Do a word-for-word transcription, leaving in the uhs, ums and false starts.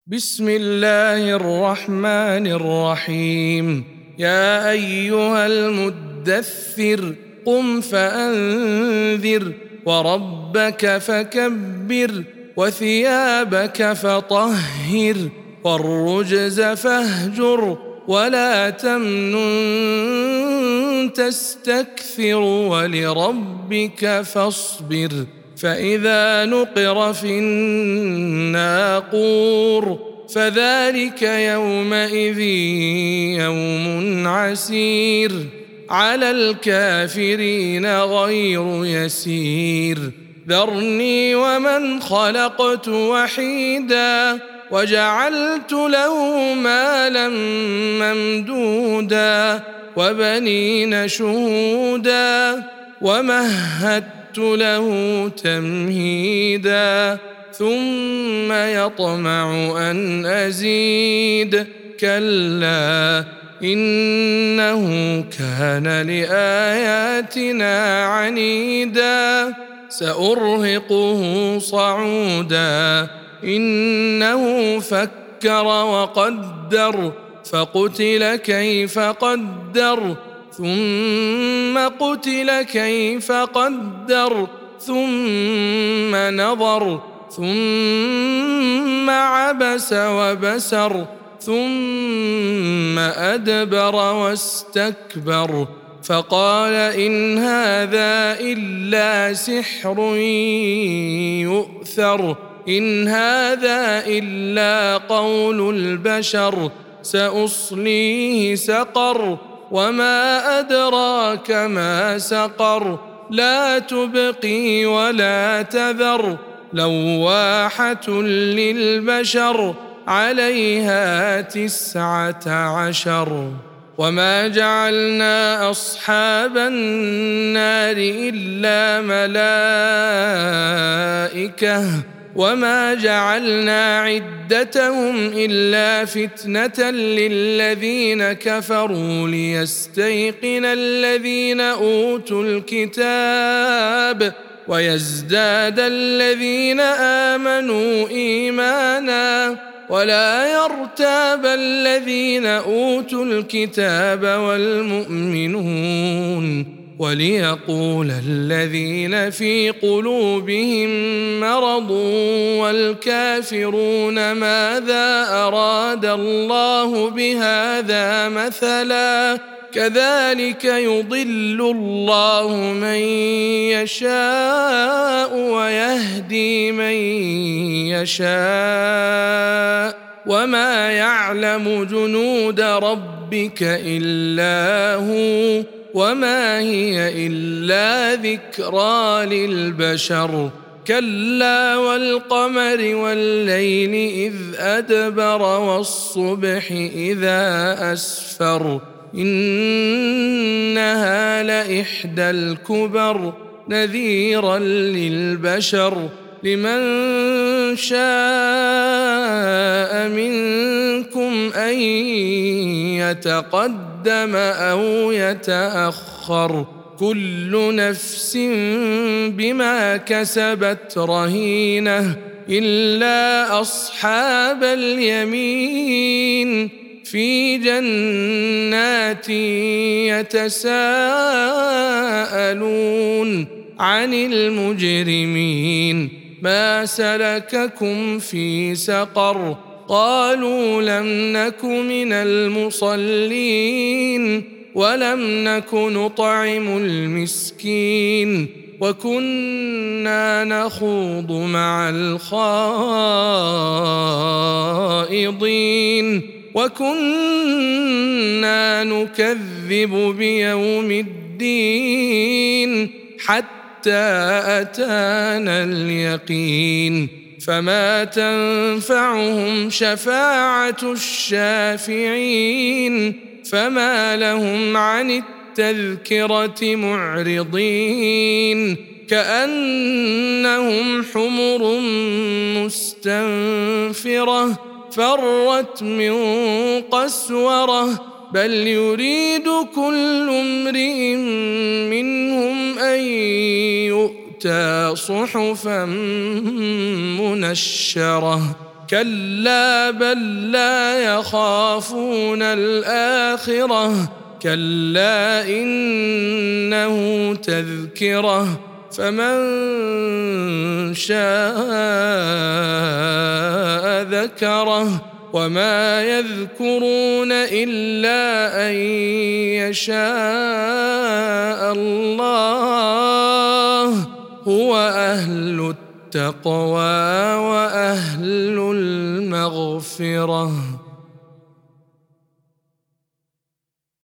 بسم الله الرحمن الرحيم. يا أيها المدثر قم فأنذر وربك فكبر وثيابك فطهر والرجز فاهجر ولا تمنن تستكثر ولربك فاصبر فإذا نقر في الناقور فذلك يومئذ يوم عسير على الكافرين غير يسير. ذرني ومن خلقت وحيدا وجعلت له مالا ممدودا وبنين شهودا ومهدت له تمهيدا ثم يطمع أن أزيد كلا إنه كان لآياتنا عنيدا سأرهقه صعودا إنه فكر وقدر فقتل كيف قدر ثم قتل كيف قدر ثم نظر ثم عبس وبسر ثم أدبر واستكبر فقال إن هذا إلا سحر يؤثر إن هذا إلا قول البشر سأصليه سقر وما أدراك ما سقر لا تبقي ولا تذر لواحة للبشر عليها تسعة عشر. وما جعلنا أصحاب النار إلا ملائكة وما جعلنا عدتهم إلا فتنة للذين كفروا ليستيقن الذين أوتوا الكتاب ويزداد الذين آمنوا إيمانا ولا يرتاب الذين أوتوا الكتاب والمؤمنون وليقول الذين في قلوبهم مرض والكافرون ماذا أراد الله بهذا مثلا كذلك يضل الله من يشاء ويهدي من يشاء وما يعلم جنود ربك إلا هو وما هي إلا ذكرى للبشر. كلا والقمر والليل إذ أدبر والصبح إذا أسفر إنها لإحدى الكبر نذيرا للبشر لمن شاء منكم أن يتقدم أو يتأخر كل نفس بما كسبت رهينة إلا أصحاب اليمين في جنات يتساءلون عن المجرمين ما سلككم في سقر قالوا لم نك من المصلين ولم نك نطعم المسكين وكنا نخوض مع الخائضين وكنا نكذب بيوم الدين حتى أتانا اليقين فما تنفعهم شفاعة الشافعين فما لهم عن التذكرة معرضين كأنهم حمر مستنفرة فرت من قسورة بل يريد كل امرئ منهم أن يؤتى صحفا منشرة كلا بل لا يخافون الآخرة كلا إنه تذكرة فمن شاء ذكره وما يذكرون إلا أن يشاء الله هو أهل التقوى وأهل المغفرة.